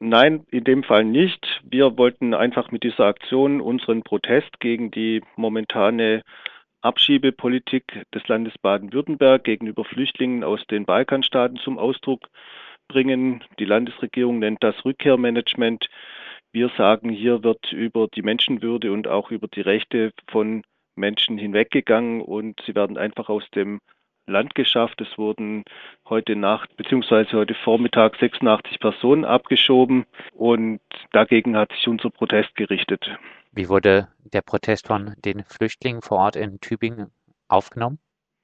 Nein, in dem Fall nicht. Wir wollten einfach mit dieser Aktion unseren Protest gegen die momentane Abschiebepolitik des Landes Baden-Württemberg gegenüber Flüchtlingen aus den Balkanstaaten zum Ausdruck bringen. Die Landesregierung nennt das Rückkehrmanagement. Wir sagen, hier wird über die Menschenwürde und auch über die Rechte von Menschen hinweggegangen und sie werden einfach aus dem Land geschafft. Es wurden heute Nacht bzw. heute Vormittag 86 Personen abgeschoben und dagegen hat sich unser Protest gerichtet. Wie wurde der Protest von den Flüchtlingen vor Ort in Tübingen aufgenommen?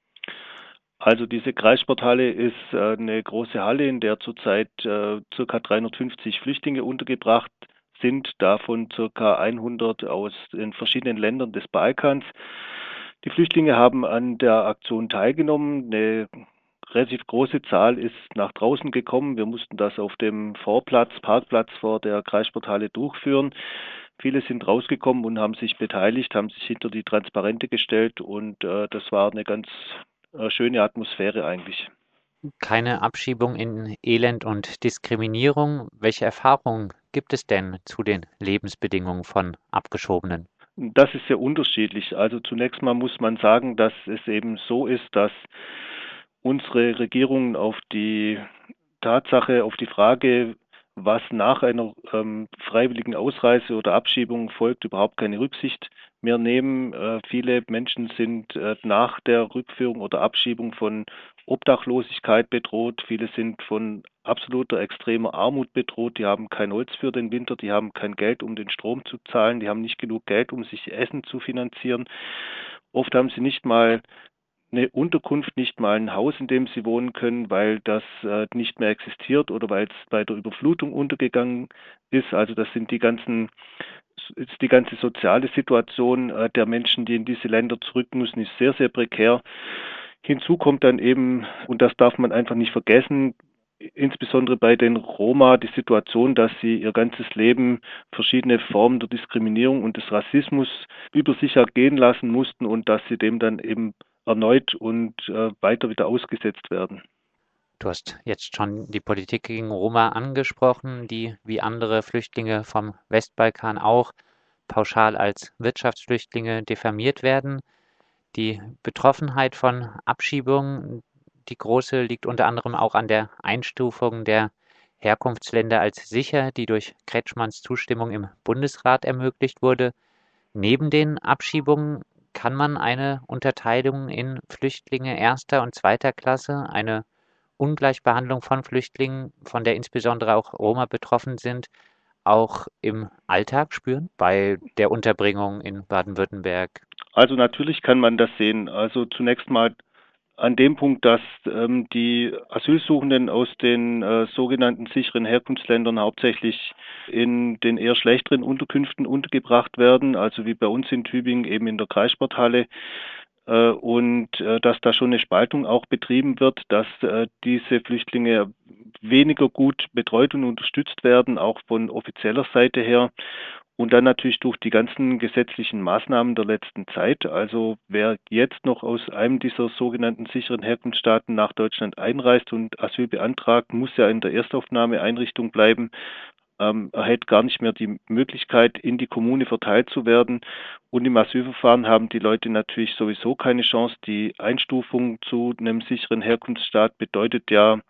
Also diese Kreissporthalle ist eine große Halle, in der zurzeit circa 350 Flüchtlinge untergebracht sind, davon circa 100 aus den verschiedenen Ländern des Balkans. Die Flüchtlinge haben an der Aktion teilgenommen. Eine relativ große Zahl ist nach draußen gekommen. Wir mussten das auf dem Parkplatz vor der Kreissporthalle durchführen. Viele sind rausgekommen und haben sich beteiligt, haben sich hinter die Transparente gestellt und das war eine ganz schöne Atmosphäre eigentlich. Keine Abschiebung in Elend und Diskriminierung. Welche Erfahrungen gibt es denn zu den Lebensbedingungen von Abgeschobenen? Das ist sehr unterschiedlich. Also zunächst mal muss man sagen, dass es eben so ist, dass unsere Regierung auf die Tatsache, auf die Frage, was nach einer freiwilligen Ausreise oder Abschiebung folgt, überhaupt keine Rücksicht mehr nehmen. Viele Menschen sind nach der Rückführung oder Abschiebung von Obdachlosigkeit bedroht. Viele sind von absoluter extremer Armut bedroht. Die haben kein Holz für den Winter, die haben kein Geld, um den Strom zu zahlen, die haben nicht genug Geld, um sich Essen zu finanzieren. Oft haben sie nicht mal eine Unterkunft, nicht mal ein Haus, in dem sie wohnen können, weil das nicht mehr existiert oder weil es bei der Überflutung untergegangen ist. Also das sind ist die ganze soziale Situation der Menschen, die in diese Länder zurück müssen, ist sehr, sehr prekär. Hinzu kommt dann eben, und das darf man einfach nicht vergessen, insbesondere bei den Roma die Situation, dass sie ihr ganzes Leben verschiedene Formen der Diskriminierung und des Rassismus über sich ergehen lassen mussten und dass sie dem dann eben erneut und weiter wieder ausgesetzt werden. Du hast jetzt schon die Politik gegen Roma angesprochen, die wie andere Flüchtlinge vom Westbalkan auch pauschal als Wirtschaftsflüchtlinge diffamiert werden. Die Betroffenheit von Abschiebungen, die große, liegt unter anderem auch an der Einstufung der Herkunftsländer als sicher, die durch Kretschmanns Zustimmung im Bundesrat ermöglicht wurde. Neben den Abschiebungen kann man eine Unterteilung in Flüchtlinge erster und zweiter Klasse, eine Ungleichbehandlung von Flüchtlingen, von der insbesondere auch Roma betroffen sind, auch im Alltag spüren, bei der Unterbringung in Baden-Württemberg. Also natürlich kann man das sehen. Also zunächst mal an dem Punkt, dass die Asylsuchenden aus den sogenannten sicheren Herkunftsländern hauptsächlich in den eher schlechteren Unterkünften untergebracht werden, also wie bei uns in Tübingen eben in der Kreissporthalle, und dass da schon eine Spaltung auch betrieben wird, dass diese Flüchtlinge weniger gut betreut und unterstützt werden, auch von offizieller Seite her. Und dann natürlich durch die ganzen gesetzlichen Maßnahmen der letzten Zeit. Also wer jetzt noch aus einem dieser sogenannten sicheren Herkunftsstaaten nach Deutschland einreist und Asyl beantragt, muss ja in der Erstaufnahmeeinrichtung bleiben, erhält gar nicht mehr die Möglichkeit, in die Kommune verteilt zu werden. Und im Asylverfahren haben die Leute natürlich sowieso keine Chance. Die Einstufung zu einem sicheren Herkunftsstaat bedeutet ja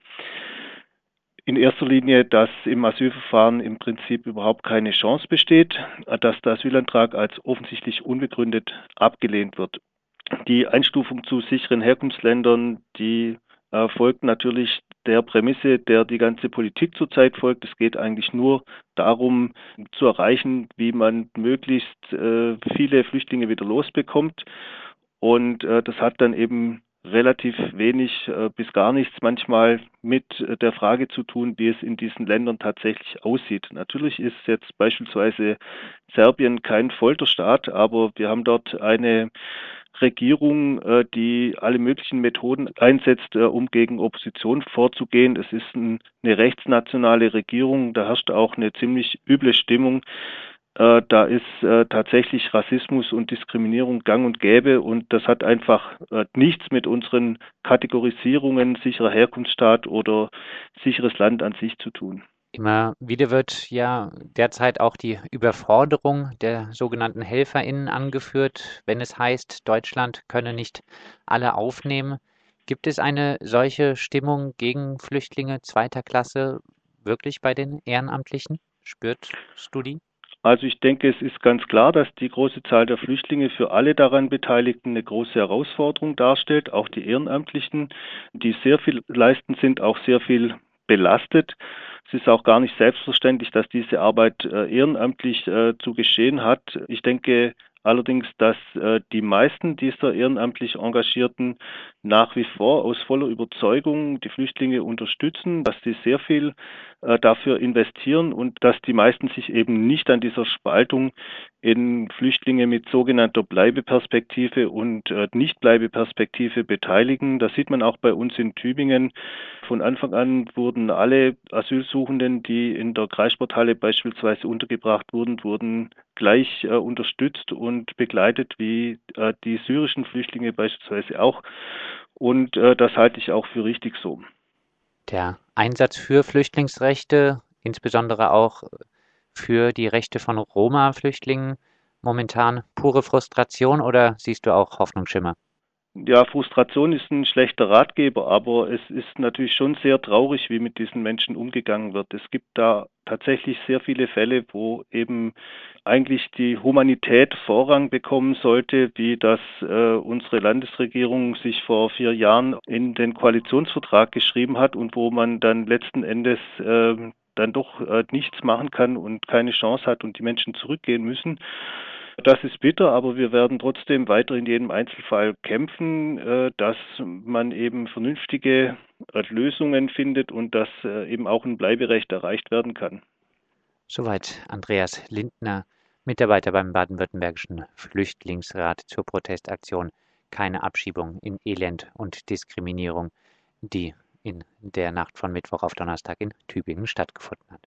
in erster Linie, dass im Asylverfahren im Prinzip überhaupt keine Chance besteht, dass der Asylantrag als offensichtlich unbegründet abgelehnt wird. Die Einstufung zu sicheren Herkunftsländern, die folgt natürlich der Prämisse, der die ganze Politik zurzeit folgt. Es geht eigentlich nur darum, zu erreichen, wie man möglichst viele Flüchtlinge wieder losbekommt. Und das hat dann eben relativ wenig bis gar nichts manchmal mit der Frage zu tun, wie es in diesen Ländern tatsächlich aussieht. Natürlich ist jetzt beispielsweise Serbien kein Folterstaat, aber wir haben dort eine Regierung, die alle möglichen Methoden einsetzt, um gegen Opposition vorzugehen. Es ist eine rechtsnationale Regierung, da herrscht auch eine ziemlich üble Stimmung. Da ist tatsächlich Rassismus und Diskriminierung gang und gäbe und das hat einfach nichts mit unseren Kategorisierungen sicherer Herkunftsstaat oder sicheres Land an sich zu tun. Immer wieder wird ja derzeit auch die Überforderung der sogenannten HelferInnen angeführt, wenn es heißt, Deutschland könne nicht alle aufnehmen. Gibt es eine solche Stimmung gegen Flüchtlinge zweiter Klasse wirklich bei den Ehrenamtlichen? Spürst du die? Also ich denke, es ist ganz klar, dass die große Zahl der Flüchtlinge für alle daran Beteiligten eine große Herausforderung darstellt, auch die Ehrenamtlichen, die sehr viel leisten, sind auch sehr viel belastet. Es ist auch gar nicht selbstverständlich, dass diese Arbeit ehrenamtlich zu geschehen hat. Ich denke allerdings, dass die meisten dieser ehrenamtlich Engagierten nach wie vor aus voller Überzeugung die Flüchtlinge unterstützen, dass sie sehr viel dafür investieren und dass die meisten sich eben nicht an dieser Spaltung in Flüchtlinge mit sogenannter Bleibeperspektive und Nichtbleibeperspektive beteiligen. Das sieht man auch bei uns in Tübingen. Von Anfang an wurden alle Asylsuchenden, die in der Kreissporthalle beispielsweise untergebracht wurden, wurden gleich unterstützt und begleitet wie die syrischen Flüchtlinge beispielsweise auch. Und das halte ich auch für richtig so. Der Einsatz für Flüchtlingsrechte, insbesondere auch für die Rechte von Roma-Flüchtlingen, momentan pure Frustration oder siehst du auch Hoffnungsschimmer? Ja, Frustration ist ein schlechter Ratgeber, aber es ist natürlich schon sehr traurig, wie mit diesen Menschen umgegangen wird. Es gibt da tatsächlich sehr viele Fälle, wo eben eigentlich die Humanität Vorrang bekommen sollte, wie das unsere Landesregierung sich vor 4 Jahren in den Koalitionsvertrag geschrieben hat und wo man dann letzten Endes dann doch nichts machen kann und keine Chance hat und die Menschen zurückgehen müssen. Das ist bitter, aber wir werden trotzdem weiter in jedem Einzelfall kämpfen, dass man eben vernünftige Lösungen findet und dass eben auch ein Bleiberecht erreicht werden kann. Soweit Andreas Lindner, Mitarbeiter beim Baden-Württembergischen Flüchtlingsrat zur Protestaktion Keine Abschiebung in Elend und Diskriminierung, die in der Nacht von Mittwoch auf Donnerstag in Tübingen stattgefunden hat.